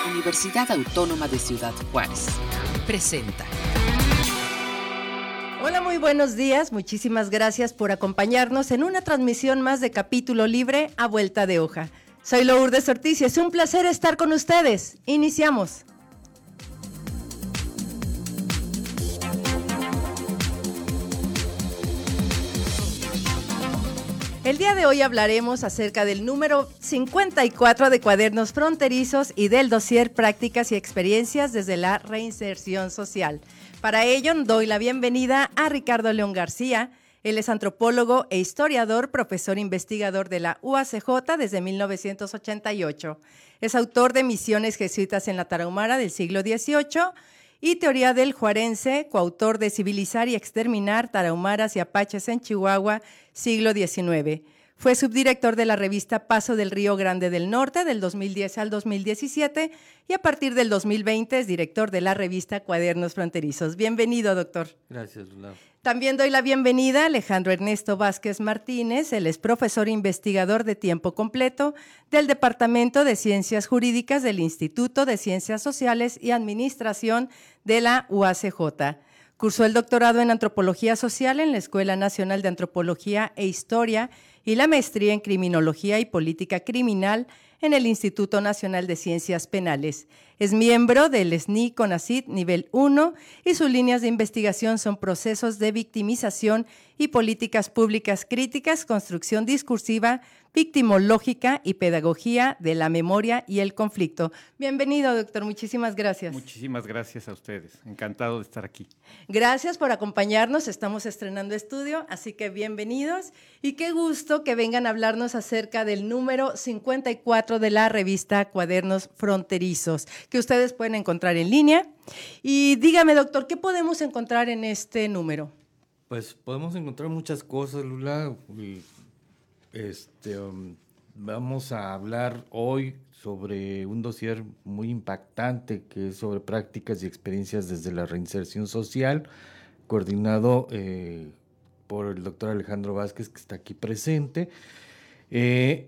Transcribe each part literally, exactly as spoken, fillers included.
Universidad Autónoma de Ciudad Juárez presenta. Hola, muy buenos días. Muchísimas gracias por acompañarnos en una transmisión más de Capítulo Libre a Vuelta de Hoja. Soy Lourdes Ortiz y es un placer estar con ustedes. Iniciamos. El día de hoy hablaremos acerca del número cincuenta y cuatro de Cuadernos Fronterizos y del dossier Prácticas y Experiencias desde la Reinserción Social. Para ello, doy la bienvenida a Ricardo León García. Él es antropólogo e historiador, profesor investigador de la U A C J desde mil novecientos ochenta y ocho. Es autor de Misiones Jesuitas en la Tarahumara del siglo dieciocho y Teoría del Juarense, coautor de Civilizar y Exterminar Tarahumaras y Apaches en Chihuahua, siglo diecinueve. Fue subdirector de la revista Paso del Río Grande del Norte del dos mil diez al dos mil diecisiete y a partir del dos mil veinte es director de la revista Cuadernos Fronterizos. Bienvenido, doctor. Gracias, Lula. También doy la bienvenida a Alejandro Ernesto Vázquez Martínez. Él es profesor investigador de tiempo completo del Departamento de Ciencias Jurídicas del Instituto de Ciencias Sociales y Administración de la U A C J. Cursó el doctorado en Antropología Social en la Escuela Nacional de Antropología e Historia y la maestría en Criminología y Política Criminal en el Instituto Nacional de Ciencias Penales. Es miembro del S N I CONACYT nivel uno y sus líneas de investigación son procesos de victimización y políticas públicas críticas, construcción discursiva, victimológica y pedagogía de la memoria y el conflicto. Bienvenido, doctor. Muchísimas gracias. Muchísimas gracias a ustedes. Encantado de estar aquí. Gracias por acompañarnos. Estamos estrenando estudio, así que bienvenidos. Y qué gusto que vengan a hablarnos acerca del número cincuenta y cuatro de la revista Cuadernos Fronterizos, que ustedes pueden encontrar en línea. Y dígame, doctor, ¿qué podemos encontrar en este número? Pues podemos encontrar muchas cosas, Lula. Este, um, vamos a hablar hoy sobre un dossier muy impactante que es sobre prácticas y experiencias desde la reinserción social, coordinado eh, por el doctor Alejandro Vázquez, que está aquí presente. Eh,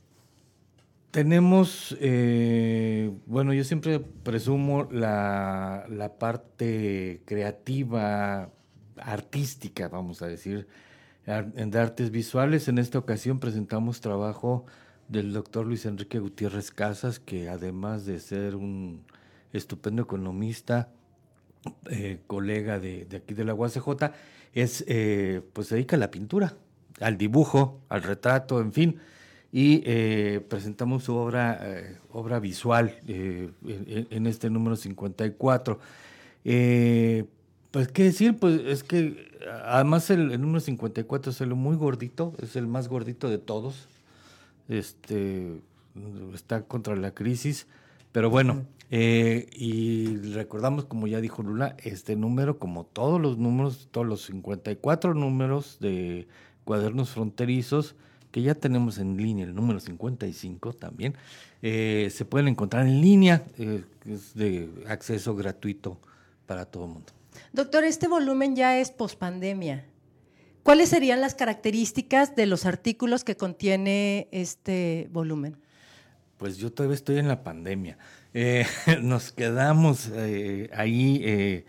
tenemos, eh, bueno, yo siempre presumo la, la parte creativa, artística, vamos a decir, de artes visuales. En esta ocasión presentamos trabajo del doctor Luis Enrique Gutiérrez Casas, que además de ser un estupendo economista, eh, colega de, de aquí de la U A C J, es, eh, pues se dedica a la pintura, al dibujo, al retrato, en fin, y eh, presentamos su obra, eh, obra visual eh, en, en este número cincuenta y cuatro. Eh, Pues, ¿qué decir? Pues es que además el, el número cincuenta y cuatro es el muy gordito, es el más gordito de todos. Este, está contra la crisis, pero bueno, eh, y recordamos, como ya dijo Lula, este número, como todos los números, todos los cincuenta y cuatro números de Cuadernos Fronterizos, que ya tenemos en línea, el número cincuenta y cinco también, eh, se pueden encontrar en línea, eh, es de acceso gratuito para todo el mundo. Doctor, este volumen ya es pospandemia. ¿Cuáles serían las características de los artículos que contiene este volumen? Pues yo todavía estoy en la pandemia. Eh, nos quedamos eh, ahí. Eh,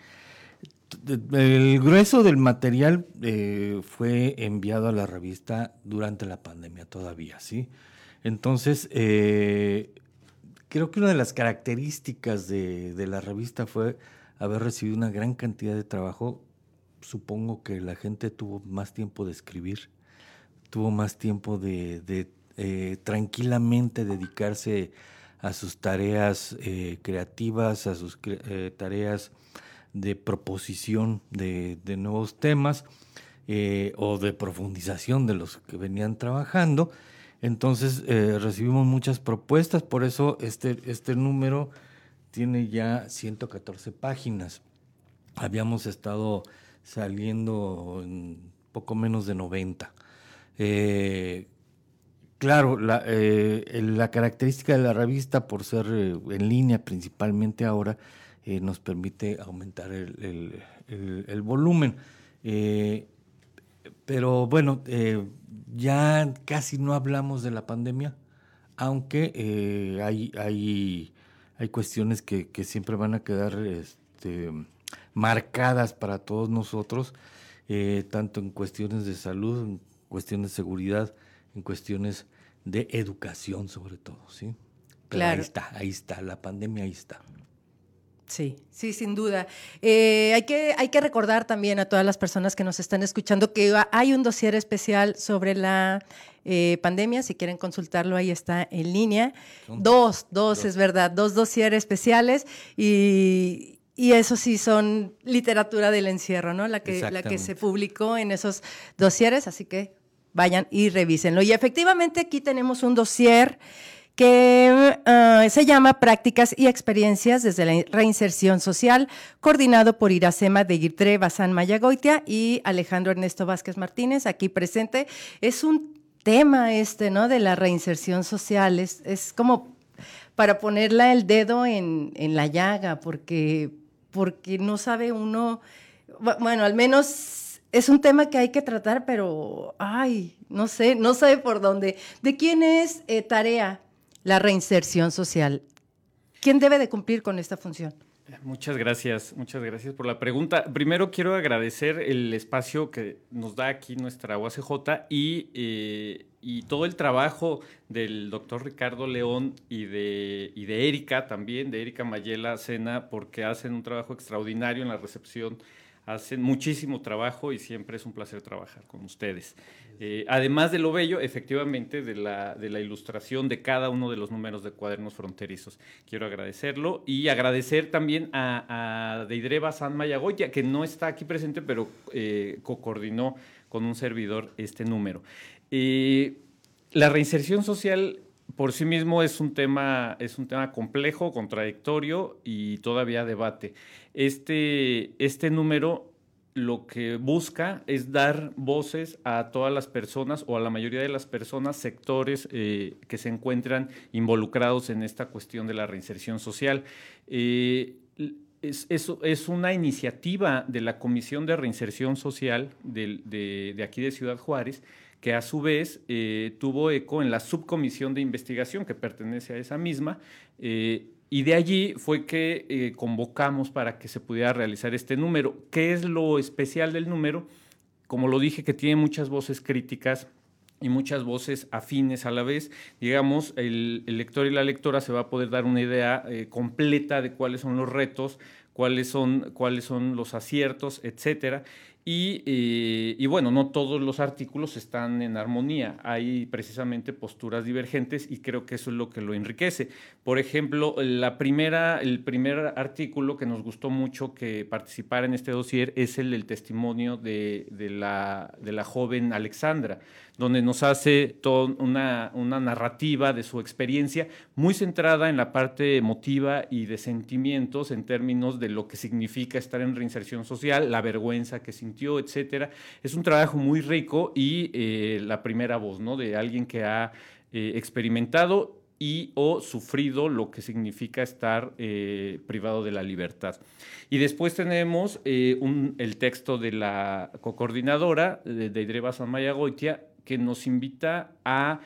el grueso del material eh, fue enviado a la revista durante la pandemia todavía, ¿sí? Entonces, eh, creo que una de las características de, de la revista fue haber recibido una gran cantidad de trabajo. Supongo que la gente tuvo más tiempo de escribir, tuvo más tiempo de, de eh, tranquilamente dedicarse a sus tareas eh, creativas, a sus eh, tareas de proposición de, de nuevos temas eh, o de profundización de los que venían trabajando. Entonces eh, recibimos muchas propuestas, por eso este, este número tiene ya ciento catorce páginas. Habíamos estado saliendo en poco menos de noventa. Eh, claro, la, eh, la característica de la revista, por ser eh, en línea principalmente ahora, eh, nos permite aumentar el, el, el, el volumen. Eh, pero bueno, eh, ya casi no hablamos de la pandemia, aunque eh, hay... hay hay cuestiones que, que siempre van a quedar este, marcadas para todos nosotros, eh, tanto en cuestiones de salud, en cuestiones de seguridad, en cuestiones de educación sobre todo, ¿sí? Pero claro. ahí está, ahí está, la pandemia ahí está. Sí, sí, sin duda. Eh, hay que, hay que recordar también a todas las personas que nos están escuchando que hay un dossier especial sobre la eh, pandemia. Si quieren consultarlo, ahí está en línea. Son dos, dos, dos, es verdad, dos dossier especiales y, y eso sí son literatura del encierro, ¿no? La que, la que se publicó en esos dossieres, así que vayan y revísenlo. Y efectivamente aquí tenemos un dossier que uh, se llama Prácticas y Experiencias desde la Reinserción Social, coordinado por Iracema de Guirtré Bazán Mayagoitia y Alejandro Ernesto Vázquez Martínez, aquí presente. Es un tema este, ¿no?, de la reinserción social, es, es como para ponerla el dedo en, en la llaga, porque, porque no sabe uno, bueno, al menos es un tema que hay que tratar, pero, ay, no sé, no sabe por dónde. ¿De quién es eh, tarea la reinserción social? ¿Quién debe de cumplir con esta función? Muchas gracias, muchas gracias por la pregunta. Primero quiero agradecer el espacio que nos da aquí nuestra U A C J y, eh, y todo el trabajo del doctor Ricardo León y de, y de Erika también, de Erika Mayela Sena, porque hacen un trabajo extraordinario en la recepción. Hacen muchísimo trabajo y siempre es un placer trabajar con ustedes. Eh, además de lo bello, efectivamente, de la, de la ilustración de cada uno de los números de Cuadernos Fronterizos. Quiero agradecerlo y agradecer también a, a Deidre Bazán Mayagoitia, que no está aquí presente, pero eh, co-coordinó con un servidor este número. Eh, la reinserción social por sí mismo es un tema, es un tema complejo, contradictorio y todavía debate. Este, este número lo que busca es dar voces a todas las personas o a la mayoría de las personas, sectores eh, que se encuentran involucrados en esta cuestión de la reinserción social. Eh, es, es, es una iniciativa de la Comisión de Reinserción Social de, de, de aquí de Ciudad Juárez, que a su vez eh, tuvo eco en la subcomisión de investigación que pertenece a esa misma, eh, y de allí fue que eh, convocamos para que se pudiera realizar este número. ¿Qué es lo especial del número? Como lo dije, que tiene muchas voces críticas y muchas voces afines a la vez. Digamos, el, el lector y la lectora se va a poder dar una idea eh, completa de cuáles son los retos, cuáles son, cuáles son los aciertos, etcétera. Y, eh, y bueno, no todos los artículos están en armonía, hay precisamente posturas divergentes y creo que eso es lo que lo enriquece. Por ejemplo, la primera, el primer artículo que nos gustó mucho que participara en este dossier es el del testimonio de, de, la, de la joven Alexandra, donde nos hace toda una, una narrativa de su experiencia muy centrada en la parte emotiva y de sentimientos en términos de lo que significa estar en reinserción social, la vergüenza que sintió, etcétera. Es un trabajo muy rico y eh, la primera voz, ¿no?, de alguien que ha eh, experimentado y o sufrido lo que significa estar eh, privado de la libertad. Y después tenemos eh, un, el texto de la cocoordinadora, de Deidre Bazán Mayagoitia, que nos invita a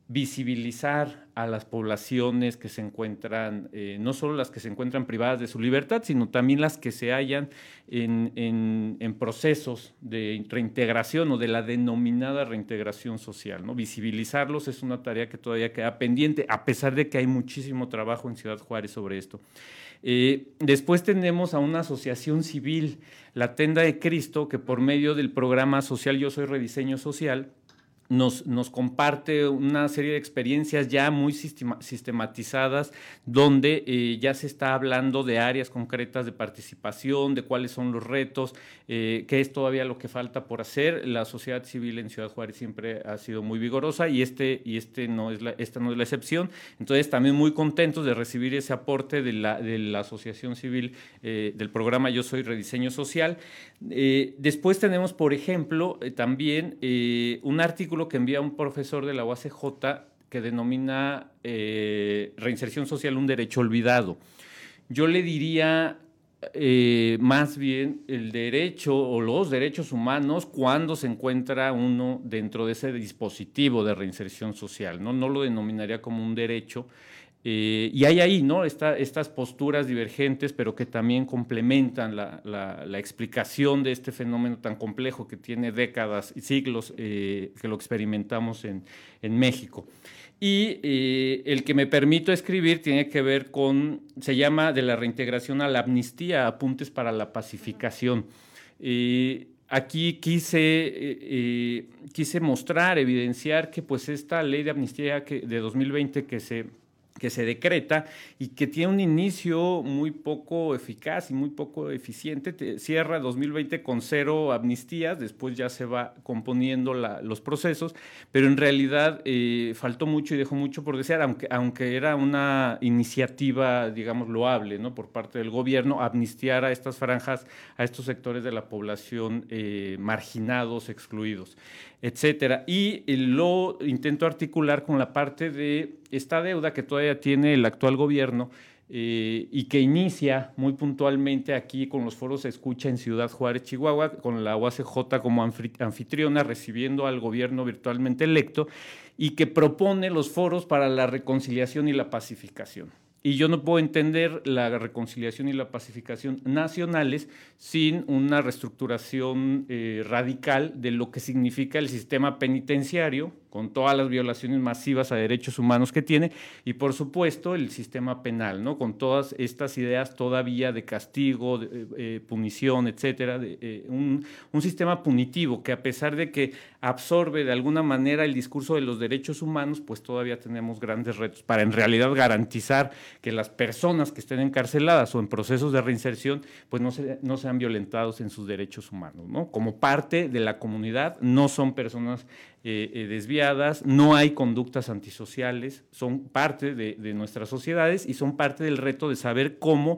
visibilizar a las poblaciones que se encuentran, eh, no solo las que se encuentran privadas de su libertad, sino también las que se hallan en, en, en procesos de reintegración o de la denominada reintegración social, ¿no? Visibilizarlos es una tarea que todavía queda pendiente, a pesar de que hay muchísimo trabajo en Ciudad Juárez sobre esto. Eh, después tenemos a una asociación civil, la Tenda de Cristo, que por medio del programa social Yo Soy Rediseño Social, Nos, nos comparte una serie de experiencias ya muy sistema, sistematizadas, donde eh, ya se está hablando de áreas concretas de participación, de cuáles son los retos, eh, qué es todavía lo que falta por hacer. La sociedad civil en Ciudad Juárez siempre ha sido muy vigorosa y, este, y este no es la, esta no es la excepción. Entonces, también muy contentos de recibir ese aporte de la, de la asociación civil eh, del programa Yo Soy Rediseño Social. Eh, después tenemos, por ejemplo, eh, también eh, un artículo que envía un profesor de la U A C J que denomina eh, reinserción social un derecho olvidado. Yo le diría eh, más bien el derecho o los derechos humanos cuando se encuentra uno dentro de ese dispositivo de reinserción social, ¿no? No lo denominaría como un derecho. Eh, y hay ahí, ¿no? Esta, estas posturas divergentes, pero que también complementan la, la, la explicación de este fenómeno tan complejo que tiene décadas y siglos eh, que lo experimentamos en, en México. Y eh, el que me permito escribir tiene que ver con, se llama De la reintegración a la amnistía, apuntes para la pacificación. Eh, Aquí quise, eh, eh, quise mostrar, evidenciar que pues esta ley de amnistía que, de dos mil veinte que se, que se decreta y que tiene un inicio muy poco eficaz y muy poco eficiente, te, cierra dos mil veinte con cero amnistías, después ya se va componiendo la, los procesos, pero en realidad eh, faltó mucho y dejó mucho por desear, aunque, aunque era una iniciativa, digamos, loable, ¿no? Por parte del gobierno, amnistiar a estas franjas, a estos sectores de la población eh, marginados, excluidos, etcétera. Y eh, lo intento articular con la parte de esta deuda que todavía tiene el actual gobierno eh, y que inicia muy puntualmente aquí con los foros de escucha en Ciudad Juárez, Chihuahua, con la U A C J como anfitriona, recibiendo al gobierno virtualmente electo, y que propone los foros para la reconciliación y la pacificación. Y yo no puedo entender la reconciliación y la pacificación nacionales sin una reestructuración eh, radical de lo que significa el sistema penitenciario, con todas las violaciones masivas a derechos humanos que tiene, y por supuesto el sistema penal, ¿no? Con todas estas ideas todavía de castigo, de, eh, punición, etcétera, de, eh, un, un sistema punitivo que, a pesar de que absorbe de alguna manera el discurso de los derechos humanos, pues todavía tenemos grandes retos para en realidad garantizar que las personas que estén encarceladas o en procesos de reinserción pues no, se, no sean violentados en sus derechos humanos, ¿no? Como parte de la comunidad, no son personas eh, eh, desviadas, no hay conductas antisociales, son parte de, de nuestras sociedades y son parte del reto de saber cómo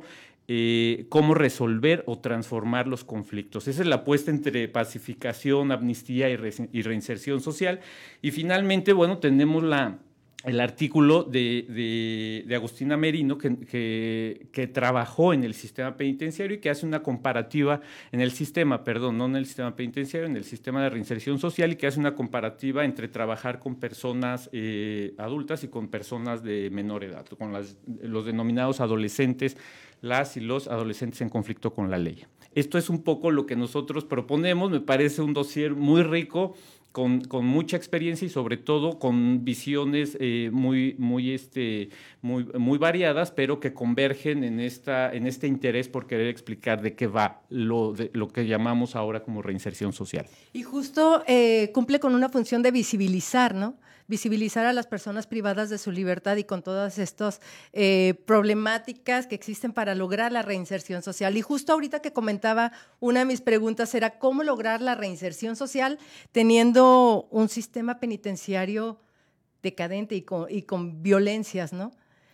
Eh, cómo resolver o transformar los conflictos. Esa es la apuesta entre pacificación, amnistía y, re y reinserción social. Y finalmente, bueno, tenemos la, el artículo de, de, de Agustina Merino, que, que, que trabajó en el sistema penitenciario y que hace una comparativa en el sistema, perdón, no en el sistema penitenciario, en el sistema de reinserción social, y que hace una comparativa entre trabajar con personas eh, adultas y con personas de menor edad, con las, los denominados adolescentes, las y los adolescentes en conflicto con la ley. Esto es un poco lo que nosotros proponemos, me parece un dossier muy rico, con, con mucha experiencia y sobre todo con visiones eh, muy, muy, este, muy, muy variadas, pero que convergen en, esta, en este interés por querer explicar de qué va lo, de, lo que llamamos ahora como reinserción social. Y justo eh, cumple con una función de visibilizar, ¿no? Visibilizar a las personas privadas de su libertad y con todas estas eh, problemáticas que existen para lograr la reinserción social. Y justo ahorita que comentaba, una de mis preguntas era cómo lograr la reinserción social teniendo un sistema penitenciario decadente y con, y con violencias, ¿no?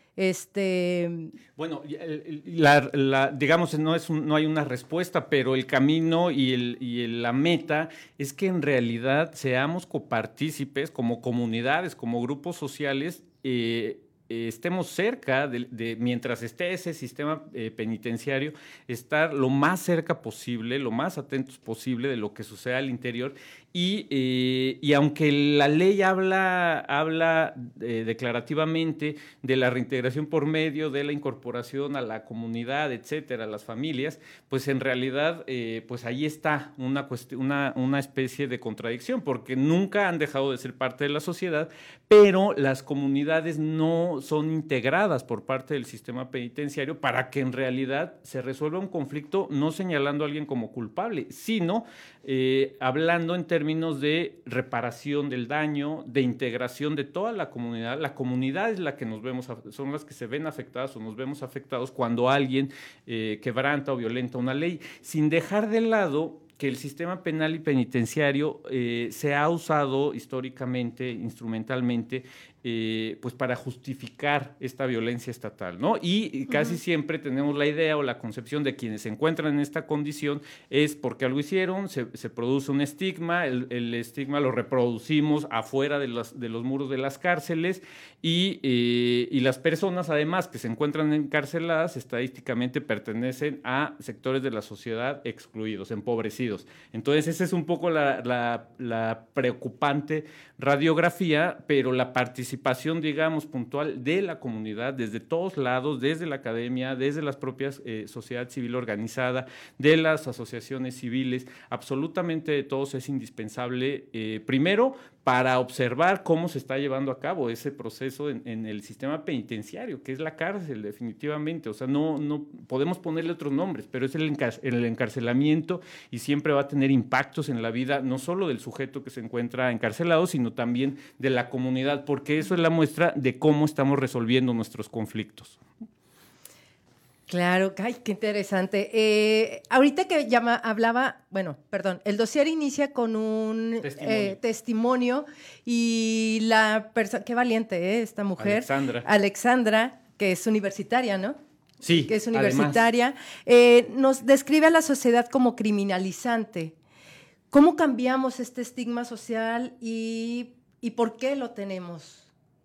Este... Bueno, la, la, digamos, no, es un, no hay una respuesta, pero el camino y, el, y el, la meta es que en realidad seamos copartícipes como comunidades, como grupos sociales, eh, eh, estemos cerca de, de, mientras esté ese sistema eh, penitenciario, estar lo más cerca posible, lo más atentos posible de lo que sucede al interior. Y, eh, y aunque la ley habla, habla eh, declarativamente de la reintegración por medio de la incorporación a la comunidad, etcétera, a las familias, pues en realidad eh, pues ahí está una, una, una especie de contradicción, porque nunca han dejado de ser parte de la sociedad, pero las comunidades no son integradas por parte del sistema penitenciario para que en realidad se resuelva un conflicto no señalando a alguien como culpable, sino eh, hablando en términos términos de reparación del daño, de integración de toda la comunidad. La comunidad es la que nos vemos, son las que se ven afectadas o nos vemos afectados cuando alguien eh, quebranta o violenta una ley, sin dejar de lado que el sistema penal y penitenciario eh, se ha usado históricamente, instrumentalmente, eh, pues para justificar esta violencia estatal, ¿no? Y, y casi uh-huh. siempre tenemos la idea o la concepción de quienes se encuentran en esta condición es porque algo hicieron, se, se produce un estigma, el, el estigma lo reproducimos afuera de los, de los muros de las cárceles y, eh, y las personas además que se encuentran encarceladas estadísticamente pertenecen a sectores de la sociedad excluidos, empobrecidos. Entonces esa es un poco la, la, la preocupante radiografía, pero la participación participación, digamos, puntual de la comunidad desde todos lados, desde la academia, desde las propias eh, sociedad civil organizada, de las asociaciones civiles, absolutamente de todos es indispensable, eh, primero, para observar cómo se está llevando a cabo ese proceso en, en el sistema penitenciario, que es la cárcel, definitivamente. O sea, no, no podemos ponerle otros nombres, pero es el, encar el encarcelamiento y siempre va a tener impactos en la vida, no solo del sujeto que se encuentra encarcelado, sino también de la comunidad, porque eso es la muestra de cómo estamos resolviendo nuestros conflictos. Claro, ay, qué interesante. Eh, ahorita que llama, hablaba, bueno, perdón, el dossier inicia con un testimonio, eh, testimonio y la persona, qué valiente, ¿eh? Esta mujer. Alexandra. Alexandra, que es universitaria, ¿no? Sí, que es universitaria, eh, nos describe a la sociedad como criminalizante. ¿Cómo cambiamos este estigma social y, y por qué lo tenemos?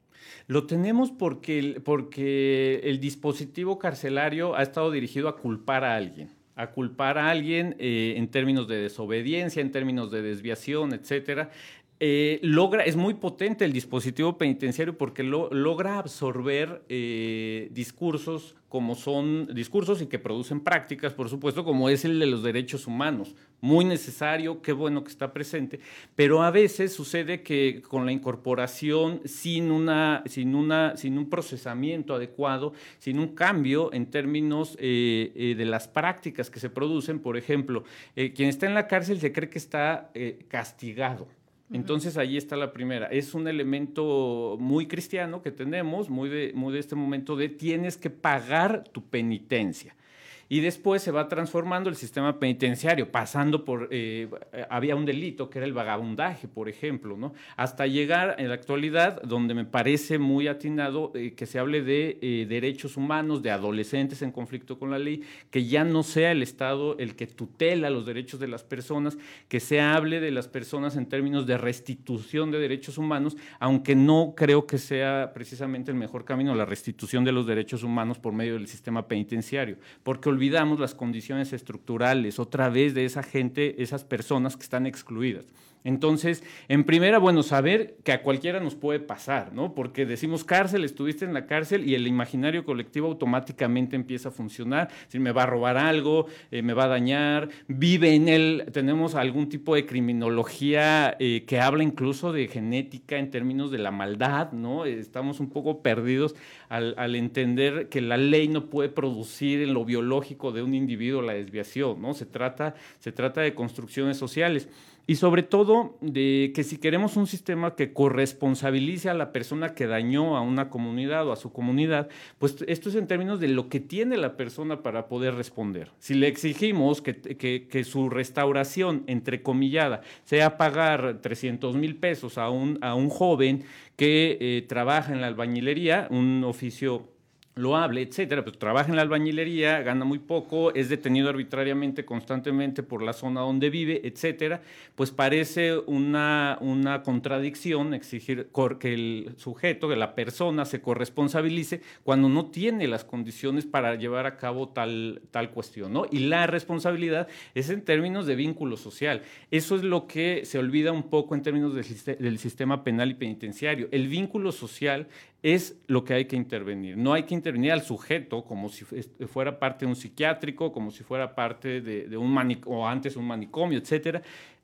Lo tenemos porque el, porque el dispositivo carcelario ha estado dirigido a culpar a alguien, a culpar a alguien eh, en términos de desobediencia, en términos de desviación, etcétera. Eh, logra, es muy potente el dispositivo penitenciario porque lo, logra absorber eh, discursos como son discursos y que producen prácticas, por supuesto, como es el de los derechos humanos. Muy necesario, qué bueno que está presente, pero a veces sucede que con la incorporación sin, una, sin, una, sin un procesamiento adecuado, sin un cambio en términos eh, eh, de las prácticas que se producen, por ejemplo, eh, quien está en la cárcel se cree que está eh, castigado. Entonces ahí está la primera, es un elemento muy cristiano que tenemos, muy de, muy de este momento de tienes que pagar tu penitencia. Y después se va transformando el sistema penitenciario, pasando por, eh, había un delito que era el vagabundaje, por ejemplo, ¿no? Hasta llegar en la actualidad, donde me parece muy atinado eh, que se hable de eh, derechos humanos, de adolescentes en conflicto con la ley, que ya no sea el Estado el que tutela los derechos de las personas, que se hable de las personas en términos de restitución de derechos humanos, aunque no creo que sea precisamente el mejor camino la restitución de los derechos humanos por medio del sistema penitenciario, porque olvidamos las condiciones estructurales, otra vez de esa gente, esas personas que están excluidas. Entonces, en primera, bueno, saber que a cualquiera nos puede pasar, ¿no? Porque decimos cárcel, estuviste en la cárcel y el imaginario colectivo automáticamente empieza a funcionar. Si me va a robar algo, eh, me va a dañar, vive en él. Tenemos algún tipo de criminología eh, que habla incluso de genética en términos de la maldad, ¿no? Estamos un poco perdidos al, al entender que la ley no puede producir en lo biológico de un individuo la desviación, ¿no? Se trata, se trata de construcciones sociales. Y sobre todo de que si queremos un sistema que corresponsabilice a la persona que dañó a una comunidad o a su comunidad, pues esto es en términos de lo que tiene la persona para poder responder. Si le exigimos que, que, que su restauración, entrecomillada, sea pagar trescientos mil pesos a un, a un joven que eh, trabaja en la albañilería, un oficio loable, etcétera, pues trabaja en la albañilería, gana muy poco, es detenido arbitrariamente, constantemente por la zona donde vive, etcétera, pues parece una, una contradicción exigir que el sujeto, que la persona se corresponsabilice cuando no tiene las condiciones para llevar a cabo tal, tal cuestión, ¿no? Y la responsabilidad es en términos de vínculo social. Eso es lo que se olvida un poco en términos del, del sistema penal y penitenciario. El vínculo social es lo que hay que intervenir. No hay que intervenir al sujeto como si fuera parte de un psiquiátrico, como si fuera parte de, de un manicomio, o antes un manicomio, etcétera.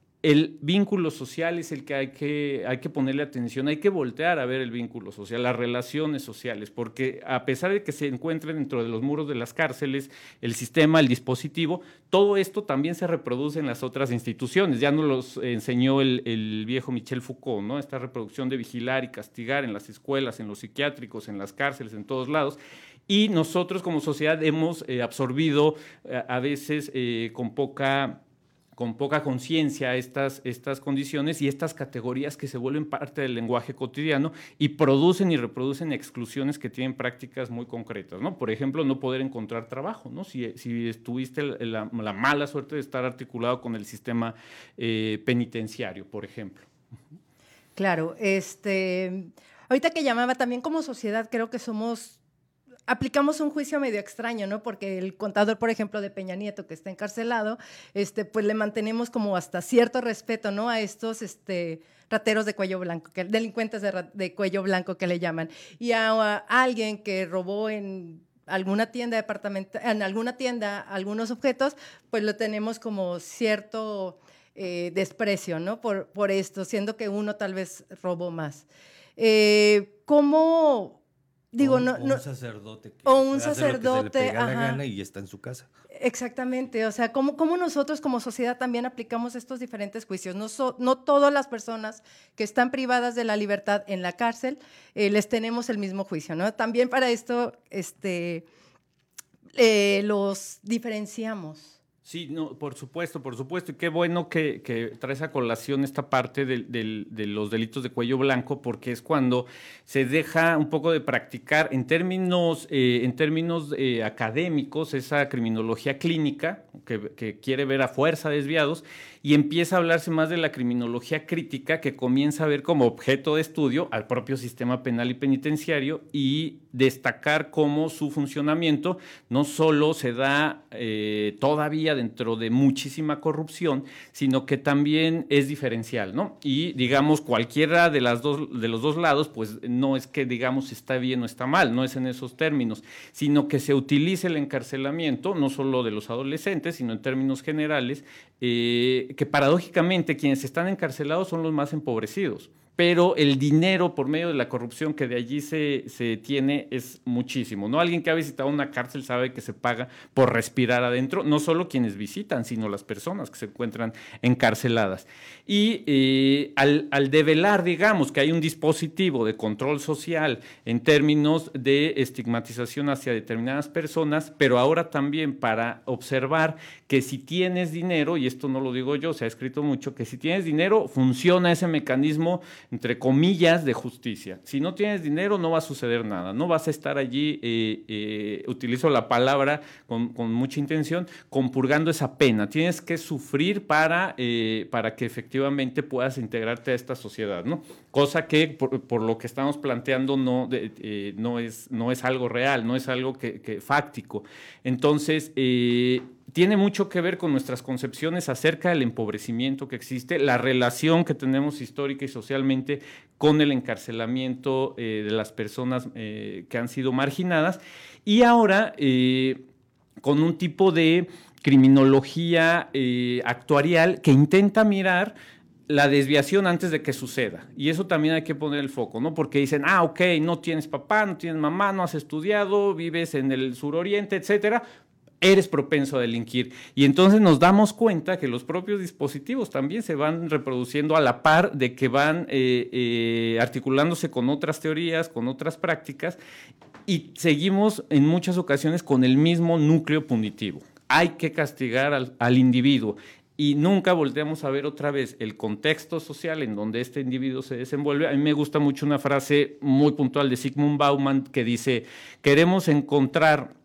El vínculo social es el que hay, que hay que ponerle atención, hay que voltear a ver el vínculo social, las relaciones sociales, porque a pesar de que se encuentren dentro de los muros de las cárceles, el sistema, el dispositivo, todo esto también se reproduce en las otras instituciones. Ya nos los enseñó el, el viejo Michel Foucault, ¿no? Esta reproducción de vigilar y castigar en las escuelas, en los psiquiátricos, en las cárceles, en todos lados. Y nosotros como sociedad hemos eh, absorbido eh, a veces eh, con poca... con poca conciencia estas, estas condiciones y estas categorías que se vuelven parte del lenguaje cotidiano y producen y reproducen exclusiones que tienen prácticas muy concretas, ¿no? Por ejemplo, no poder encontrar trabajo, ¿no? Si, si tuviste la, la mala suerte de estar articulado con el sistema eh, penitenciario, por ejemplo. Claro, este, ahorita que llamaba, también como sociedad creo que somos... aplicamos un juicio medio extraño, ¿no? Porque el contador, por ejemplo, de Peña Nieto, que está encarcelado, este, pues le mantenemos como hasta cierto respeto, ¿no? A estos este, rateros de cuello blanco, que, delincuentes de, de cuello blanco que le llaman, y a, a alguien que robó en alguna tienda departamental, en alguna tienda algunos objetos, pues lo tenemos como cierto eh, desprecio, ¿no? Por, por esto, siendo que uno tal vez robó más. Eh, ¿Cómo...? Digo, o un, no, o un no, sacerdote que o un hace lo que sacerdote, se le pega la ajá. gana y está en su casa. Exactamente, o sea, ¿cómo, cómo nosotros como sociedad también aplicamos estos diferentes juicios? No, so, no todas las personas que están privadas de la libertad en la cárcel eh, les tenemos el mismo juicio, ¿no? También para esto este, eh, los diferenciamos. Sí, no, por supuesto, por supuesto. Y qué bueno que, que traes a colación esta parte de, de, de los delitos de cuello blanco, porque es cuando se deja un poco de practicar en términos, eh, en términos eh, académicos esa criminología clínica que, que quiere ver a fuerza desviados y empieza a hablarse más de la criminología crítica que comienza a ver como objeto de estudio al propio sistema penal y penitenciario y destacar cómo su funcionamiento no solo se da eh, todavía dentro de muchísima corrupción, sino que también es diferencial, ¿no? Y digamos cualquiera de las dos de los dos lados, pues no es que digamos está bien o está mal, no es en esos términos, sino que se utilice el encarcelamiento no solo de los adolescentes, sino en términos generales, eh, que paradójicamente quienes están encarcelados son los más empobrecidos. Pero el dinero por medio de la corrupción que de allí se, se tiene es muchísimo, ¿no? Alguien que ha visitado una cárcel sabe que se paga por respirar adentro, no solo quienes visitan, sino las personas que se encuentran encarceladas. Y eh, al, al develar, digamos, que hay un dispositivo de control social en términos de estigmatización hacia determinadas personas, pero ahora también para observar que si tienes dinero, y esto no lo digo yo, se ha escrito mucho, que si tienes dinero funciona ese mecanismo entre comillas, de justicia. Si no tienes dinero, no va a suceder nada. No vas a estar allí, eh, eh, utilizo la palabra con, con mucha intención, compurgando esa pena. Tienes que sufrir para, eh, para que efectivamente puedas integrarte a esta sociedad, ¿no? Cosa que, por, por lo que estamos planteando, no, de, eh, no, es, no es algo real, no es algo que, que fáctico. Entonces, eh, tiene mucho que ver con nuestras concepciones acerca del empobrecimiento que existe, la relación que tenemos histórica y socialmente con el encarcelamiento eh, de las personas eh, que han sido marginadas y ahora eh, con un tipo de criminología eh, actuarial que intenta mirar la desviación antes de que suceda. Y eso también hay que poner el foco, ¿no? Porque dicen, ah, ok, no tienes papá, no tienes mamá, no has estudiado, vives en el suroriente, etcétera, eres propenso a delinquir. Y entonces nos damos cuenta que los propios dispositivos también se van reproduciendo a la par de que van eh, eh, articulándose con otras teorías, con otras prácticas, y seguimos en muchas ocasiones con el mismo núcleo punitivo. Hay que castigar al, al individuo. Y nunca volteamos a ver otra vez el contexto social en donde este individuo se desenvuelve. A mí me gusta mucho una frase muy puntual de Zygmunt Bauman que dice, queremos encontrar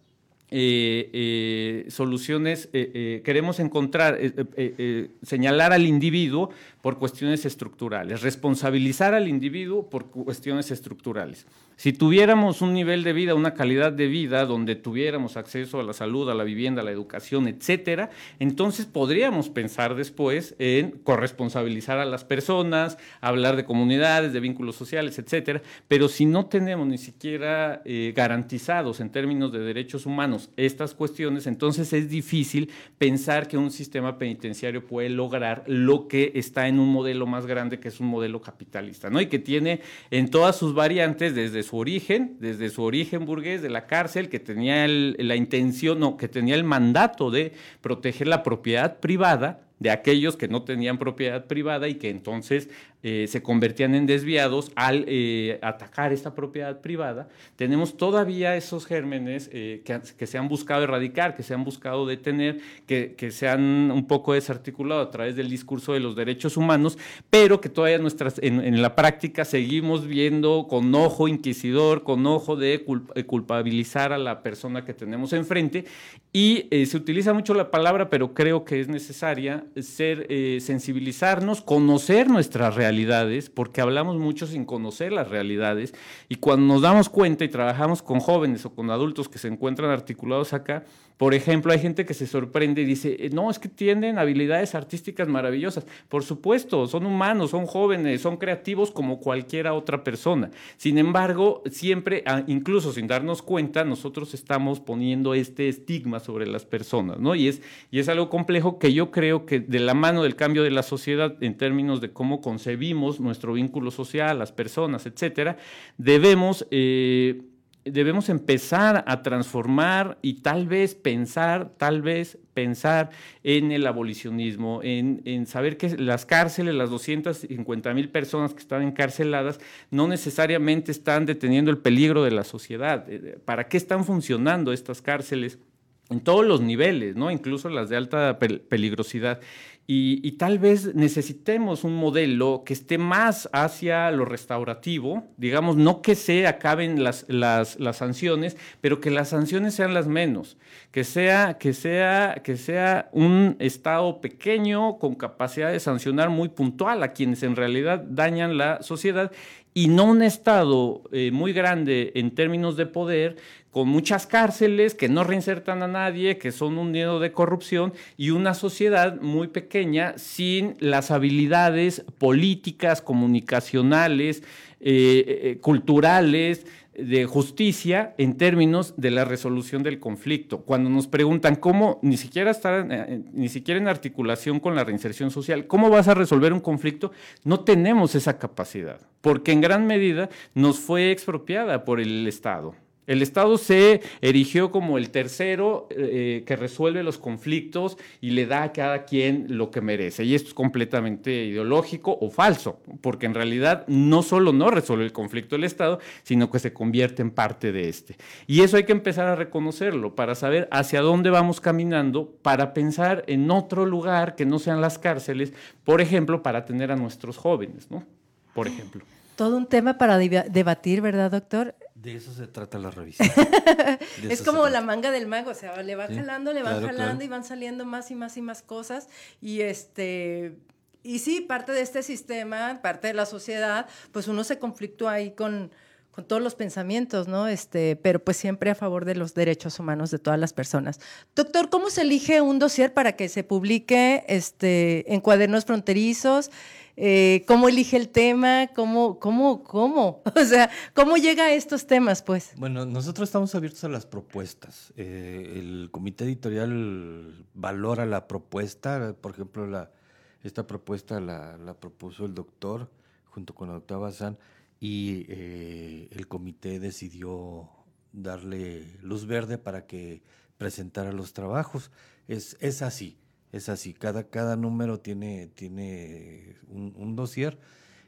Eh, eh, soluciones, eh, eh, queremos encontrar, eh, eh, eh, señalar al individuo por cuestiones estructurales, responsabilizar al individuo por cuestiones estructurales. Si tuviéramos un nivel de vida, una calidad de vida donde tuviéramos acceso a la salud, a la vivienda, a la educación, etcétera, entonces podríamos pensar después en corresponsabilizar a las personas, hablar de comunidades, de vínculos sociales, etcétera, pero si no tenemos ni siquiera eh, garantizados en términos de derechos humanos estas cuestiones, entonces es difícil pensar que un sistema penitenciario puede lograr lo que está en un modelo más grande, que es un modelo capitalista, ¿no? Y que tiene en todas sus variantes, desde su origen, desde su origen burgués de la cárcel, que tenía el, la intención, no, que tenía el mandato de proteger la propiedad privada de aquellos que no tenían propiedad privada y que entonces eh, se convertían en desviados al eh, atacar esta propiedad privada. Tenemos todavía esos gérmenes eh, que, que se han buscado erradicar, que se han buscado detener, que, que se han un poco desarticulado a través del discurso de los derechos humanos, pero que todavía nuestras, en, en la práctica seguimos viendo con ojo inquisidor, con ojo de culp culpabilizar a la persona que tenemos enfrente, y eh, se utiliza mucho la palabra, pero creo que es necesaria ser, eh, sensibilizarnos, conocer nuestra realidad, realidades, porque hablamos mucho sin conocer las realidades, y cuando nos damos cuenta y trabajamos con jóvenes o con adultos que se encuentran articulados acá, por ejemplo, hay gente que se sorprende y dice, no, es que tienen habilidades artísticas maravillosas. Por supuesto, son humanos, son jóvenes, son creativos como cualquiera otra persona. Sin embargo, siempre, incluso sin darnos cuenta, nosotros estamos poniendo este estigma sobre las personas, ¿no? Y es, y es algo complejo que yo creo que de la mano del cambio de la sociedad en términos de cómo concebimos nuestro vínculo social, las personas, etcétera, debemos... Eh, debemos empezar a transformar y tal vez pensar, tal vez pensar en el abolicionismo, en, en saber que las cárceles, las doscientas cincuenta mil personas que están encarceladas, no necesariamente están deteniendo el peligro de la sociedad. ¿Para qué están funcionando estas cárceles? En todos los niveles, ¿no? Incluso las de alta pel- peligrosidad. Y, y tal vez necesitemos un modelo que esté más hacia lo restaurativo, digamos, no que se acaben las, las, las sanciones, pero que las sanciones sean las menos, que sea, que sea, que sea un Estado pequeño con capacidad de sancionar muy puntual a quienes en realidad dañan la sociedad, y no un Estado eh, muy grande en términos de poder, con muchas cárceles que no reinsertan a nadie, que son un nido de corrupción, y una sociedad muy pequeña sin las habilidades políticas, comunicacionales, eh, eh, culturales, de justicia en términos de la resolución del conflicto. Cuando nos preguntan cómo, ni siquiera estar, eh, ni siquiera en articulación con la reinserción social, ¿cómo vas a resolver un conflicto? No tenemos esa capacidad, porque en gran medida nos fue expropiada por el Estado. El Estado se erigió como el tercero eh, que resuelve los conflictos y le da a cada quien lo que merece. Y esto es completamente ideológico o falso, porque en realidad no solo no resuelve el conflicto del Estado, sino que se convierte en parte de este. Y eso hay que empezar a reconocerlo para saber hacia dónde vamos caminando, para pensar en otro lugar que no sean las cárceles, por ejemplo, para atender a nuestros jóvenes, ¿no? Por ejemplo. Todo un tema para debatir, ¿verdad, doctor? De eso se trata la revista. Es como la manga del mago, o sea, le van sí, jalando, le van claro, jalando claro. y van saliendo más y más y más cosas. Y este y sí, parte de este sistema, parte de la sociedad, pues uno se conflictúa ahí con, con todos los pensamientos, ¿no? Este, pero pues siempre a favor de los derechos humanos de todas las personas. Doctor, ¿cómo se elige un dossier para que se publique este, en Cuadernos Fronterizos? Eh, ¿Cómo elige el tema? ¿Cómo, cómo, cómo? O sea, ¿cómo llega a estos temas, pues? Bueno, nosotros estamos abiertos a las propuestas. Eh, el comité editorial valora la propuesta. Por ejemplo, la, esta propuesta la, la propuso el doctor junto con la doctora Bazán y eh, el comité decidió darle luz verde para que presentara los trabajos. Es, es así. Es así, cada, cada número tiene, tiene un, un dossier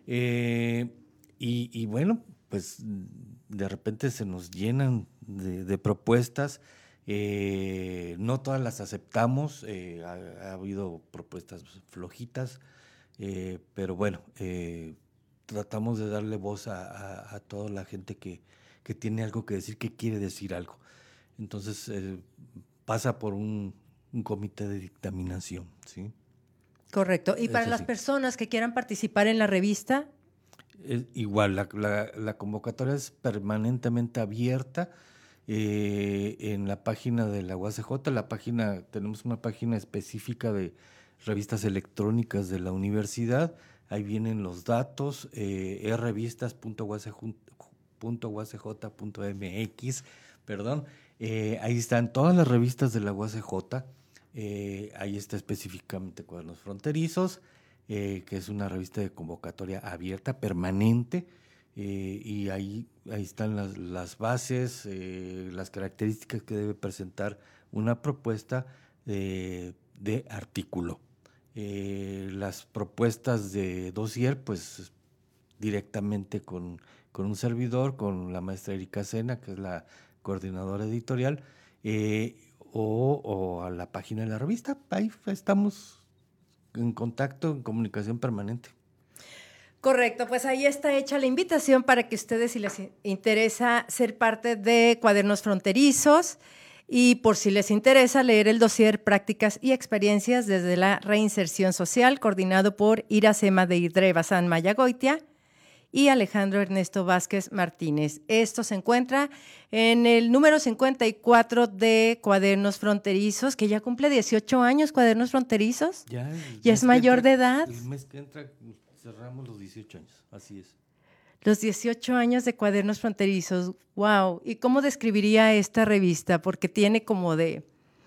eh, y, y bueno, pues de repente se nos llenan de, de propuestas, eh, no todas las aceptamos, eh, ha, ha habido propuestas flojitas, eh, pero bueno, eh, tratamos de darle voz a, a, a toda la gente que, que tiene algo que decir, que quiere decir algo. Entonces eh, pasa por un... un comité de dictaminación, ¿sí? Correcto. ¿Y para las personas que quieran participar en la revista? Es igual, la, la, la convocatoria es permanentemente abierta eh, en la página de la U A C J. La página, tenemos una página específica de revistas electrónicas de la universidad. Ahí vienen los datos, eh, e revistas punto u a c j punto m x, perdón. Eh, ahí están todas las revistas de la U A C J. Eh, ahí está específicamente Cuadernos Fronterizos, eh, que es una revista de convocatoria abierta, permanente, eh, y ahí, ahí están las, las bases, eh, las características que debe presentar una propuesta eh, de artículo. Eh, las propuestas de dossier, pues directamente con, con un servidor, con la maestra Erika Sena, que es la coordinadora editorial, eh, o, o a la página de la revista. Ahí estamos en contacto, en comunicación permanente. Correcto, pues ahí está hecha la invitación para que ustedes, si les interesa ser parte de Cuadernos Fronterizos, Y por si les interesa leer el dossier Prácticas y Experiencias desde la Reinserción Social, coordinado por Iracema de Idre Bazán Mayagoitia y Alejandro Ernesto Vázquez Martínez. Esto se encuentra en el número cincuenta y cuatro de Cuadernos Fronterizos, que ya cumple dieciocho años, Cuadernos Fronterizos. Ya, ya es mayor entra, de edad. El mes que entra cerramos los dieciocho años, así es. Los dieciocho años de Cuadernos Fronterizos, wow. ¿Y cómo describiría esta revista? Porque tiene como de,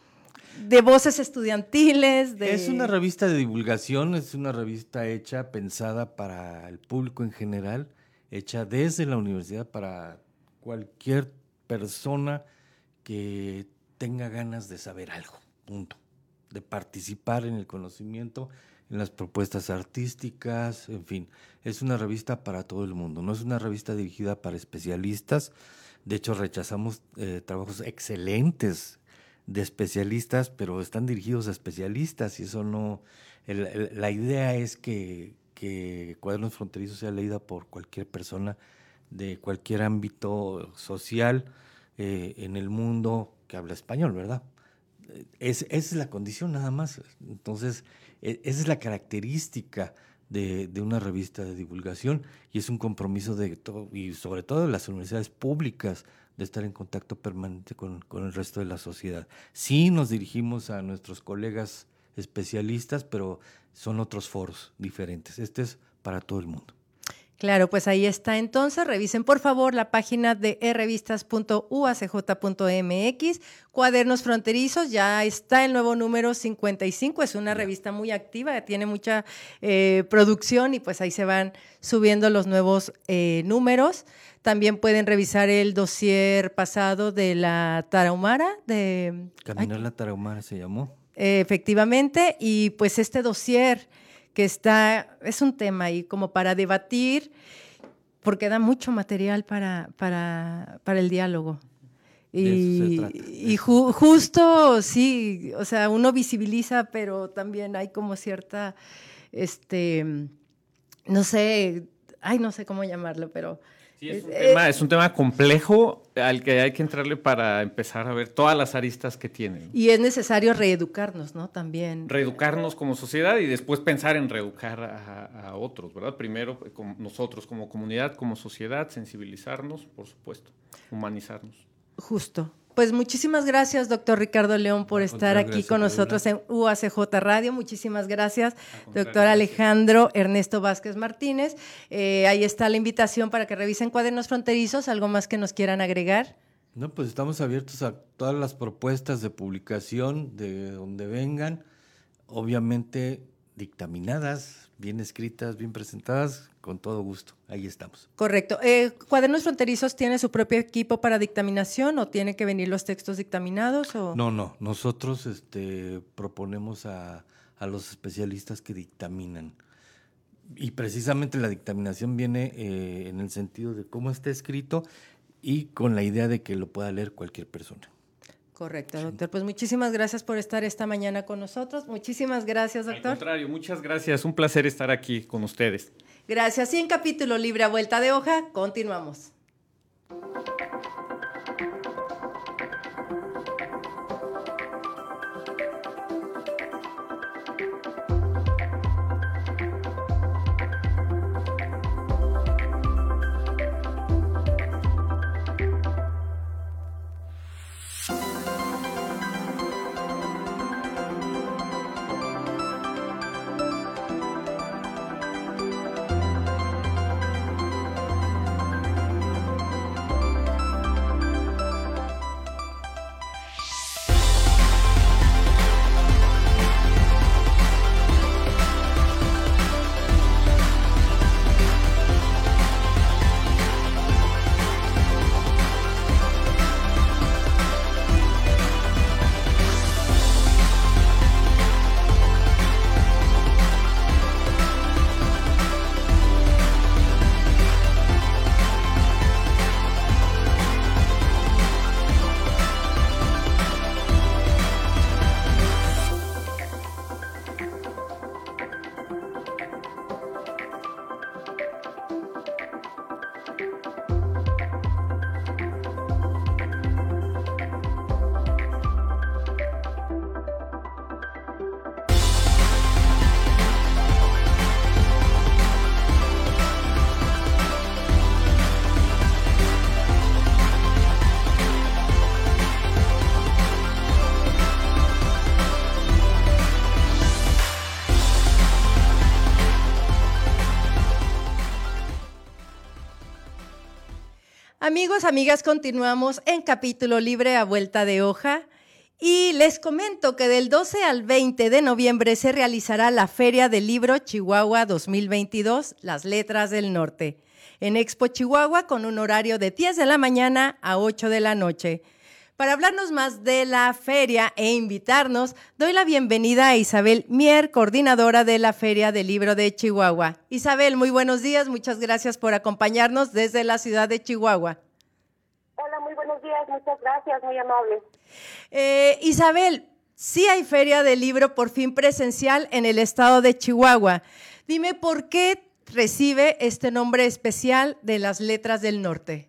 de voces estudiantiles. De... Es una revista de divulgación, es una revista hecha, pensada para el público en general, hecha desde la universidad para cualquier persona que tenga ganas de saber algo, punto. De participar en el conocimiento, en las propuestas artísticas, en fin, es una revista para todo el mundo, no es una revista dirigida para especialistas. De hecho, rechazamos eh, trabajos excelentes de especialistas, pero están dirigidos a especialistas y eso no, el, el, la idea es que, que Cuadernos Fronterizos sea leída por cualquier persona de cualquier ámbito social eh, en el mundo que habla español, ¿verdad? Es, esa es la condición nada más. Entonces, esa es la característica de, de una revista de divulgación y es un compromiso de todo, y sobre todo de las universidades públicas, de estar en contacto permanente con, con el resto de la sociedad. Sí nos dirigimos a nuestros colegas especialistas, pero son otros foros diferentes. Este es para todo el mundo. Claro, pues ahí está. Entonces, revisen por favor la página de e revistas punto u a c j punto m x. Cuadernos Fronterizos, ya está el nuevo número cincuenta y cinco, es una revista muy activa, tiene mucha eh, producción y pues ahí se van subiendo los nuevos eh, números. También pueden revisar el dossier pasado de la Tarahumara. de Caminar la Tarahumara se llamó. Eh, efectivamente, y pues este dossier que está, es un tema ahí como para debatir, porque da mucho material para, para, para el diálogo. Y, y ju, justo, sí, o sea, uno visibiliza, pero también hay como cierta, este, no sé, ay, no sé cómo llamarlo, pero... Sí, es un, eh, tema, es un tema complejo al que hay que entrarle para empezar a ver todas las aristas que tiene. Y es necesario reeducarnos, ¿no? También. Reeducarnos como sociedad y después pensar en reeducar a, a otros, ¿verdad? Primero como nosotros como comunidad, como sociedad, sensibilizarnos, por supuesto, humanizarnos. Justo. Pues muchísimas gracias, doctor Ricardo León, por estar aquí con nosotros en U A C J Radio. Muchísimas gracias, doctor Alejandro Ernesto Vázquez Martínez. Eh, ahí está la invitación para que revisen Cuadernos Fronterizos. ¿Algo más que nos quieran agregar? No, pues estamos abiertos a todas las propuestas de publicación, de donde vengan, obviamente dictaminadas, bien escritas, bien presentadas, con todo gusto. Ahí estamos. Correcto. Eh, ¿Cuadernos Fronterizos tiene su propio equipo para dictaminación o tienen que venir los textos dictaminados? O? No, no. Nosotros este, proponemos a, a los especialistas que dictaminan. Y precisamente la dictaminación viene eh, en el sentido de cómo está escrito y con la idea de que lo pueda leer cualquier persona. Correcto, doctor. Pues muchísimas gracias por estar esta mañana con nosotros. Muchísimas gracias, doctor. Al contrario, muchas gracias. Un placer estar aquí con ustedes. Gracias. Y en Capítulo Libre a Vuelta de Hoja, continuamos. Amigos, amigas, continuamos en Capítulo Libre a Vuelta de Hoja y les comento que del doce al veinte de noviembre se realizará la Feria del Libro Chihuahua dos mil veintidós, Las Letras del Norte, en Expo Chihuahua con un horario de diez de la mañana a ocho de la noche. Para hablarnos más de la feria e invitarnos, doy la bienvenida a Isabel Mier, coordinadora de la Feria del Libro de Chihuahua. Isabel, muy buenos días, muchas gracias por acompañarnos desde la ciudad de Chihuahua. Hola, muy buenos días, muchas gracias, muy amable. Eh, Isabel, sí hay Feria del Libro por fin presencial en el estado de Chihuahua. Dime, ¿por qué recibe este nombre especial de las Letras del Norte?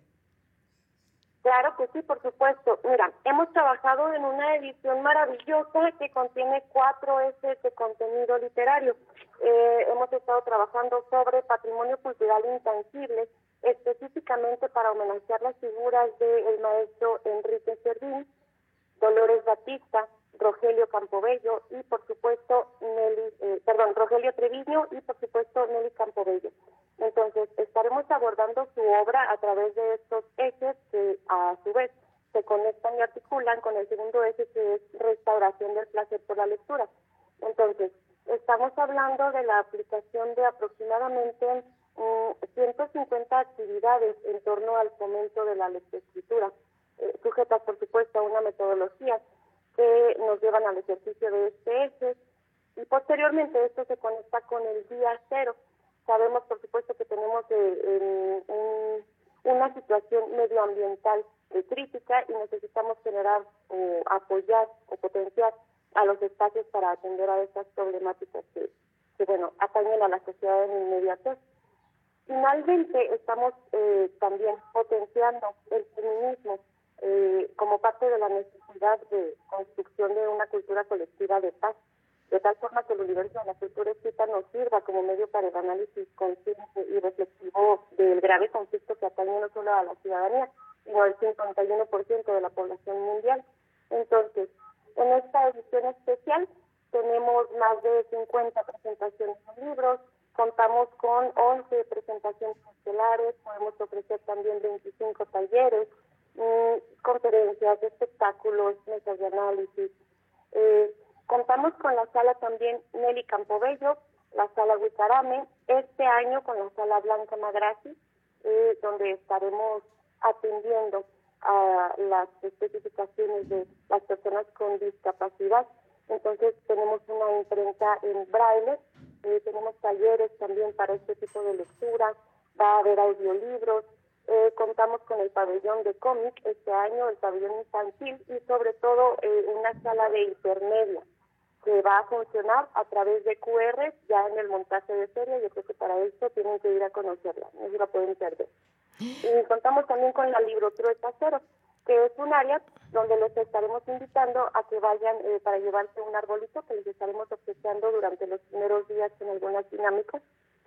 Claro que sí, por supuesto. Mira, hemos trabajado en una edición maravillosa que contiene cuatro ejes de contenido literario. Eh, hemos estado trabajando sobre patrimonio cultural intangible, específicamente para homenajear las figuras del maestro Enrique Servín, Dolores Batista, Rogelio Campobello y, por supuesto, Nelly, eh, perdón, Rogelio Treviño y, por supuesto, Nelly Campobello. Entonces, estaremos abordando su obra a través de estos ejes que, a su vez, se conectan y articulan con el segundo eje, que es restauración del placer por la lectura. Entonces, estamos hablando de la aplicación de aproximadamente um, ciento cincuenta actividades en torno al fomento de la lectoescritura, eh, sujetas, por supuesto, a una metodología que nos llevan al ejercicio de este eje, y posteriormente esto se conecta con el día cero. Sabemos, por supuesto, que tenemos eh, eh, un, una situación medioambiental eh, crítica y necesitamos generar o apoyar o potenciar a los espacios para atender a estas problemáticas que, que bueno, atañen a la sociedad en inmediatez. Finalmente, estamos eh, también potenciando el feminismo eh, como parte de la necesidad de construcción de una cultura colectiva de paz, de tal forma que el universo de la cultura escrita nos sirva como medio para el análisis consciente y reflexivo del grave conflicto que atañe no solo a la ciudadanía, sino al cincuenta y uno por ciento de la población mundial. Entonces, en esta edición especial tenemos más de cincuenta presentaciones de libros, contamos con once presentaciones estelares, podemos ofrecer también veinticinco talleres, mmm, conferencias, espectáculos, mesas de análisis. Eh, Contamos con la sala también Nelly Campobello, la sala Huicarame, este año con la sala Blanca Magrassi, eh, donde estaremos atendiendo a las especificaciones de las personas con discapacidad. Entonces tenemos una imprenta en braille, eh, tenemos talleres también para este tipo de lectura, va a haber audiolibros, eh, contamos con el pabellón de cómic este año, el pabellón infantil y sobre todo eh, una sala de intermedia que va a funcionar a través de Q R ya en el montaje de feria. Yo creo que para esto tienen que ir a conocerla, no se la pueden perder. Y contamos también con la Librotrueca Cero, que es un área donde les estaremos invitando a que vayan eh, para llevarse un arbolito que les estaremos obsequiando durante los primeros días con algunas dinámicas.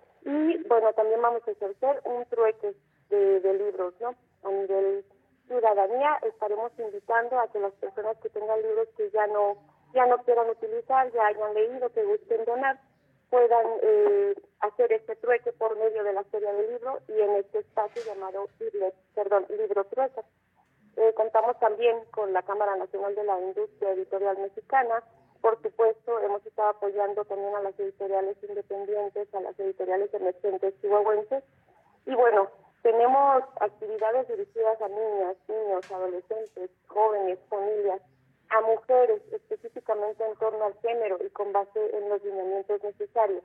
Y bueno, también vamos a ejercer un trueque de, de libros, ¿no? A nivel ciudadanía estaremos invitando a que las personas que tengan libros que ya no ya no quieran utilizar, ya hayan leído, que gusten donar, puedan eh, hacer este trueque por medio de la Feria del Libro y en este espacio llamado perdón, Librotrueca. Eh, contamos también con la Cámara Nacional de la Industria Editorial Mexicana. Por supuesto, hemos estado apoyando también a las editoriales independientes, a las editoriales emergentes chihuahuenses. Y bueno, tenemos actividades dirigidas a niñas, niños, adolescentes, jóvenes, familias, a mujeres, específicamente en torno al género y con base en los lineamientos necesarios,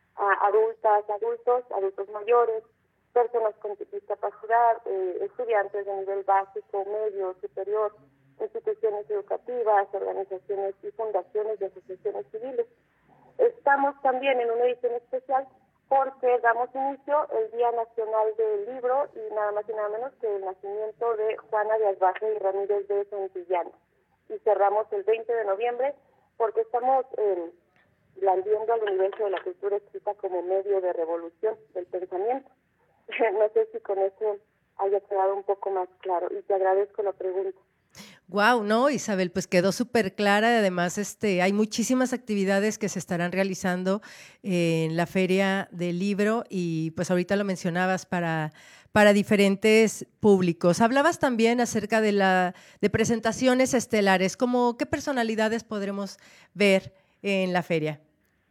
a adultas, adultos, adultos mayores, personas con discapacidad, eh, estudiantes de nivel básico, medio, superior, instituciones educativas, organizaciones y fundaciones de asociaciones civiles. Estamos también en una edición especial porque damos inicio el Día Nacional del Libro y nada más y nada menos que el nacimiento de Juana de Asbaje y Ramírez de Santillana. Y cerramos el veinte de noviembre porque estamos eh, blandiendo al universo de la cultura escrita como medio de revolución del pensamiento. No sé si con eso haya quedado un poco más claro y te agradezco la pregunta. Wow, no, Isabel, pues quedó súper clara. Además, este, hay muchísimas actividades que se estarán realizando en la Feria del Libro y pues ahorita lo mencionabas para, para diferentes públicos. Hablabas también acerca de, la, de presentaciones estelares, como qué personalidades podremos ver en la feria.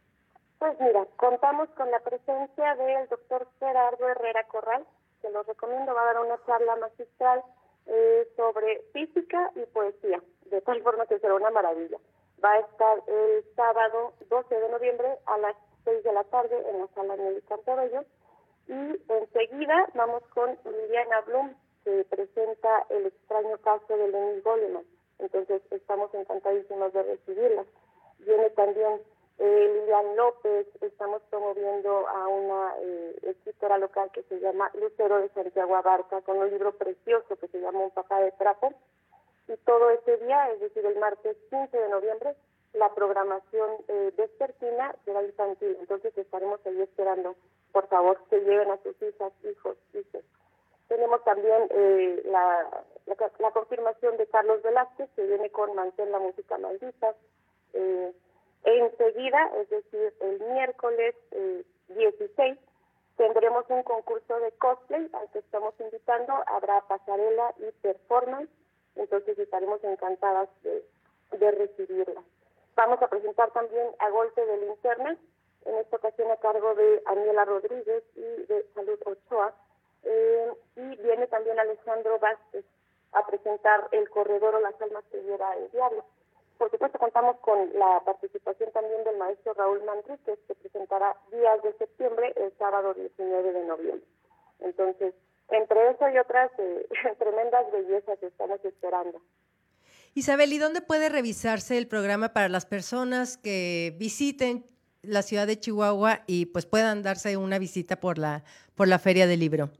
Pues mira, contamos con la presencia del doctor Gerardo Herrera Corral, que los recomiendo, va a dar una charla magistral Eh, sobre física y poesía, de tal forma que será una maravilla. Va a estar el sábado doce de noviembre a las seis de la tarde en la sala Nelly Campobello, y enseguida vamos con Liliana Blum, que presenta El extraño caso de Leonid Goleman. Entonces estamos encantadísimos de recibirla. Viene también eh, Lilian López. Estamos promoviendo a una eh, escritora local que se llama Lucero de Santiago Abarca, con un libro precioso que se llama Un papá de trapo. Y todo ese día, es decir, el martes quince de noviembre, la programación eh, vespertina será infantil. Entonces estaremos ahí esperando, por favor, que lleven a sus hijas, hijos, hijas. Tenemos también eh, la, la, la confirmación de Carlos Velázquez, que viene con Mantén la música maldita. Eh, enseguida, es decir, el miércoles eh, dieciséis, tendremos un concurso de cosplay al que estamos invitando. Habrá pasarela y performance, entonces estaremos encantadas de, de recibirla. Vamos a presentar también A Golpe de Linterna, en esta ocasión a cargo de Aniela Rodríguez y de Salud Ochoa, eh, y viene también Alejandro Vázquez a presentar El Corredor o las almas que lleva el diablo. Por supuesto, contamos con la participación también del maestro Raúl Manríquez, que presentará Días de Septiembre el sábado diecinueve de noviembre. Entonces, entre eso y otras eh, tremendas bellezas estamos esperando. Isabel, ¿y dónde puede revisarse el programa para las personas que visiten la ciudad de Chihuahua y pues puedan darse una visita por la por la Feria del Libro?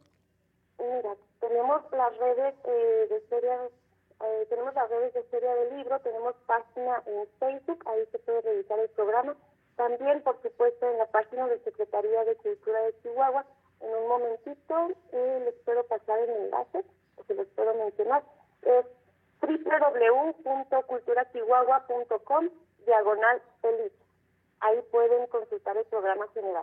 Mira, tenemos las redes eh, de Feria Eh, tenemos las redes de Feria del Libro, tenemos página en Facebook, ahí se puede revisar el programa. También, por supuesto, en la página de Secretaría de Cultura de Chihuahua. En un momentito eh, les puedo pasar el enlace, o se los puedo mencionar. Es doble u doble u doble u punto cultura chihuahua punto com diagonal feliz. Ahí pueden consultar el programa general.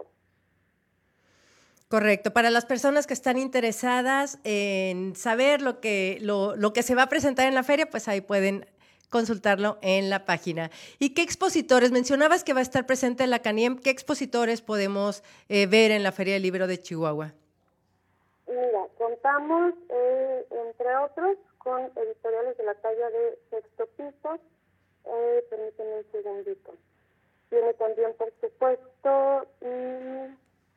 Correcto. Para las personas que están interesadas en saber lo que, lo, lo que se va a presentar en la feria, pues ahí pueden consultarlo en la página. ¿Y qué expositores? Mencionabas que va a estar presente la CANIEM. ¿Qué expositores podemos eh, ver en la Feria del Libro de Chihuahua? Mira, contamos, eh, entre otros, con editoriales de la talla de Sexto Piso. Eh, permítanme un segundito. Tiene también, por supuesto, y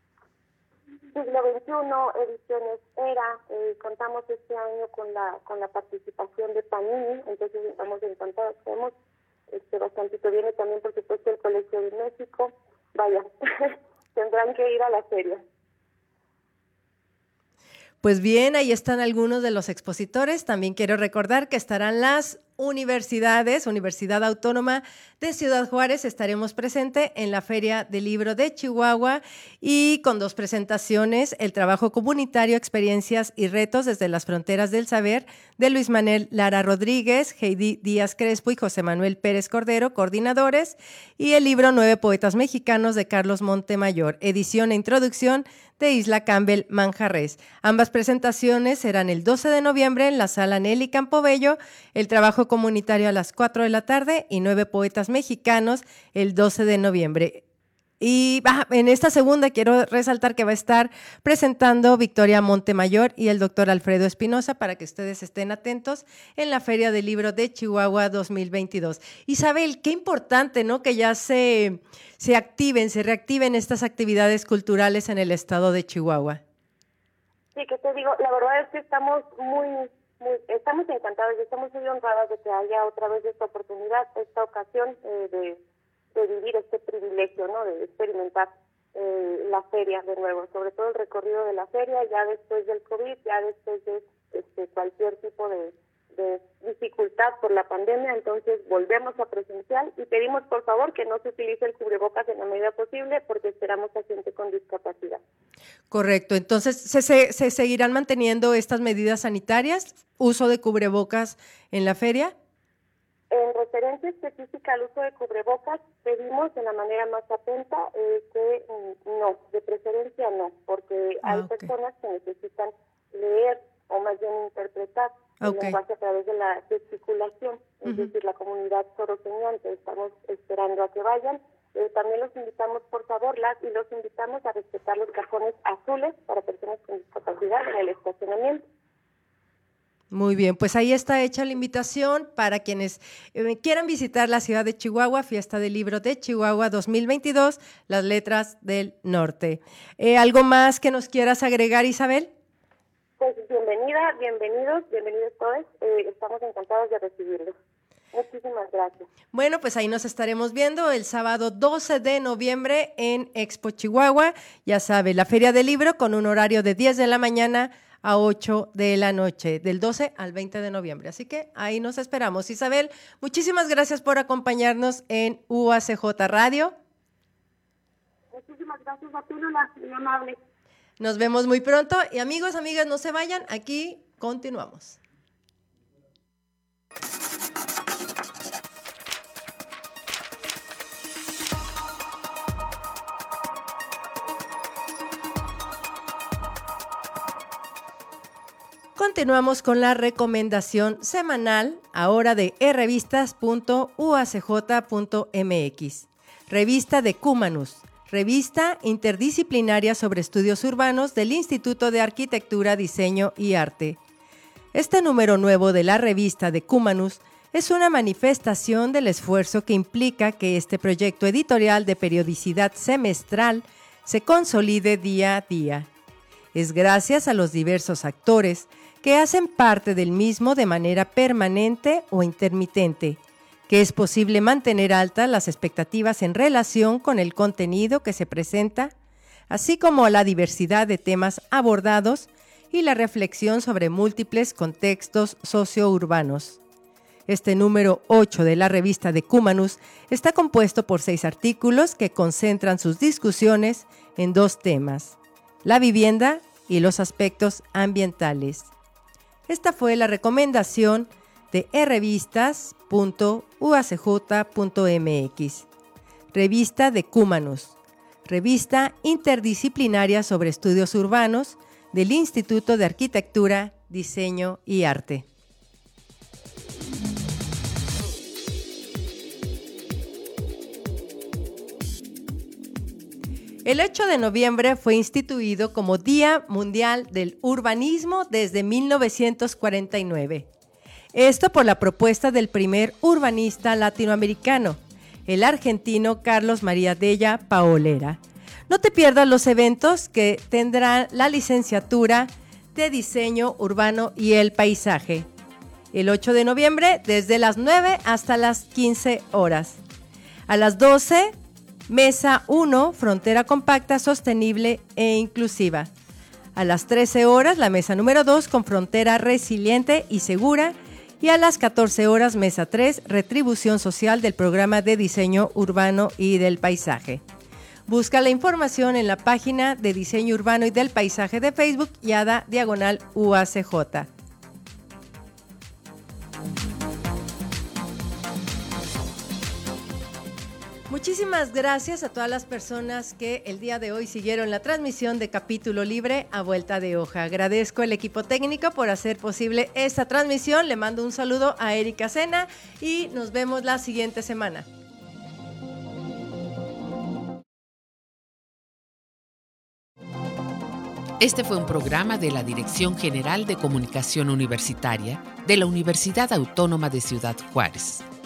Siglo veintiuno, Ediciones Era. Eh, contamos este año con la con la participación de Panini, entonces estamos encantados. Tenemos este, bastantito. Viene también, por supuesto, el Colegio de México. Vaya, tendrán que ir a la feria. Pues bien, ahí están algunos de los expositores. También quiero recordar que estarán las universidades, Universidad Autónoma de Ciudad Juárez, estaremos presentes en la Feria del Libro de Chihuahua y con dos presentaciones, el trabajo comunitario, experiencias y retos desde las fronteras del saber, de Luis Manuel Lara Rodríguez, Heidi Díaz Crespo y José Manuel Pérez Cordero, coordinadores, y el libro Nueve Poetas Mexicanos de Carlos Montemayor, edición e introducción de Isla Campbell Manjarres. Ambas presentaciones serán el doce de noviembre en la sala Nelly Campobello, el trabajo comunitario a las cuatro de la tarde y Nueve Poetas Mexicanos el doce de noviembre. Y ah, en esta segunda quiero resaltar que va a estar presentando Victoria Montemayor y el doctor Alfredo Espinosa para que ustedes estén atentos en la Feria del Libro de Chihuahua dos mil veintidós. Isabel, qué importante, ¿no? Que ya se, se activen, se reactiven estas actividades culturales en el estado de Chihuahua. Sí, que te digo, la verdad es que estamos muy, muy estamos encantados y estamos muy honradas de que haya otra vez esta oportunidad, esta ocasión eh, de de vivir este privilegio, ¿no? De experimentar eh, la feria de nuevo, sobre todo el recorrido de la feria, ya después del COVID, ya después de este, cualquier tipo de, de dificultad por la pandemia. Entonces volvemos a presencial y pedimos por favor que no se utilice el cubrebocas en la medida posible porque esperamos a gente con discapacidad. Correcto, entonces ¿se, se, se seguirán manteniendo estas medidas sanitarias, uso de cubrebocas en la feria? En referencia específica al uso de cubrebocas, pedimos de la manera más atenta eh, que mm, no, de preferencia no, porque Ah, hay okay. personas que necesitan leer o más bien interpretar el Okay. lenguaje a través de la gesticulación, es Ujú. decir, la comunidad soroseñante. Estamos esperando a que vayan. Eh, también los invitamos, por favor, las y los invitamos a respetar los cajones azules para personas con discapacidad en el estacionamiento. Muy bien, pues ahí está hecha la invitación para quienes eh, quieran visitar la ciudad de Chihuahua, Fiesta del Libro de Chihuahua dos mil veintidós, las letras del norte. Eh, ¿Algo más que nos quieras agregar, Isabel? Pues bienvenida, bienvenidos, bienvenidos todos. Eh, estamos encantados de recibirlos. Muchísimas gracias. Bueno, pues ahí nos estaremos viendo el sábado doce de noviembre en Expo Chihuahua. Ya sabe, la Feria del Libro con un horario de diez de la mañana a ocho de la noche, del doce al veinte de noviembre. Así que ahí nos esperamos. Isabel, muchísimas gracias por acompañarnos en U A C J Radio. Muchísimas gracias a ti, Lula, muy amable. Nos vemos muy pronto y amigos, amigas, no se vayan, aquí continuamos. Continuamos con la recomendación semanal, ahora de e revistas punto u a c j punto m x. Revista de Cumanus, revista interdisciplinaria sobre estudios urbanos del Instituto de Arquitectura, Diseño y Arte. Este número nuevo de la revista de Cumanus es una manifestación del esfuerzo que implica que este proyecto editorial de periodicidad semestral se consolide día a día. Es gracias a los diversos actores que hacen parte del mismo de manera permanente o intermitente, que es posible mantener altas las expectativas en relación con el contenido que se presenta, así como la diversidad de temas abordados y la reflexión sobre múltiples contextos sociourbanos. Este número ocho de la revista de Cumanus está compuesto por seis artículos que concentran sus discusiones en dos temas: la vivienda y los aspectos ambientales. Esta fue la recomendación de e revistas punto u a c j punto m x. Revista de Cumanus, revista interdisciplinaria sobre estudios urbanos del Instituto de Arquitectura, Diseño y Arte. El ocho de noviembre fue instituido como Día Mundial del Urbanismo desde mil novecientos cuarenta y nueve. Esto por la propuesta del primer urbanista latinoamericano, el argentino Carlos María Della Paolera. No te pierdas los eventos que tendrán la licenciatura de Diseño Urbano y el Paisaje. El ocho de noviembre, desde las nueve hasta las quince horas. A las doce, Mesa uno, Frontera Compacta, Sostenible e Inclusiva. A las trece horas, la mesa número dos, con Frontera Resiliente y Segura. Y a las catorce horas, mesa tres, Retribución Social del Programa de Diseño Urbano y del Paisaje. Busca la información en la página de Diseño Urbano y del Paisaje de Facebook y ADA Diagonal U A C J. Muchísimas gracias a todas las personas que el día de hoy siguieron la transmisión de Capítulo Libre a Vuelta de Hoja. Agradezco al equipo técnico por hacer posible esta transmisión. Le mando un saludo a Erika Sena y nos vemos la siguiente semana. Este fue un programa de la Dirección General de Comunicación Universitaria de la Universidad Autónoma de Ciudad Juárez.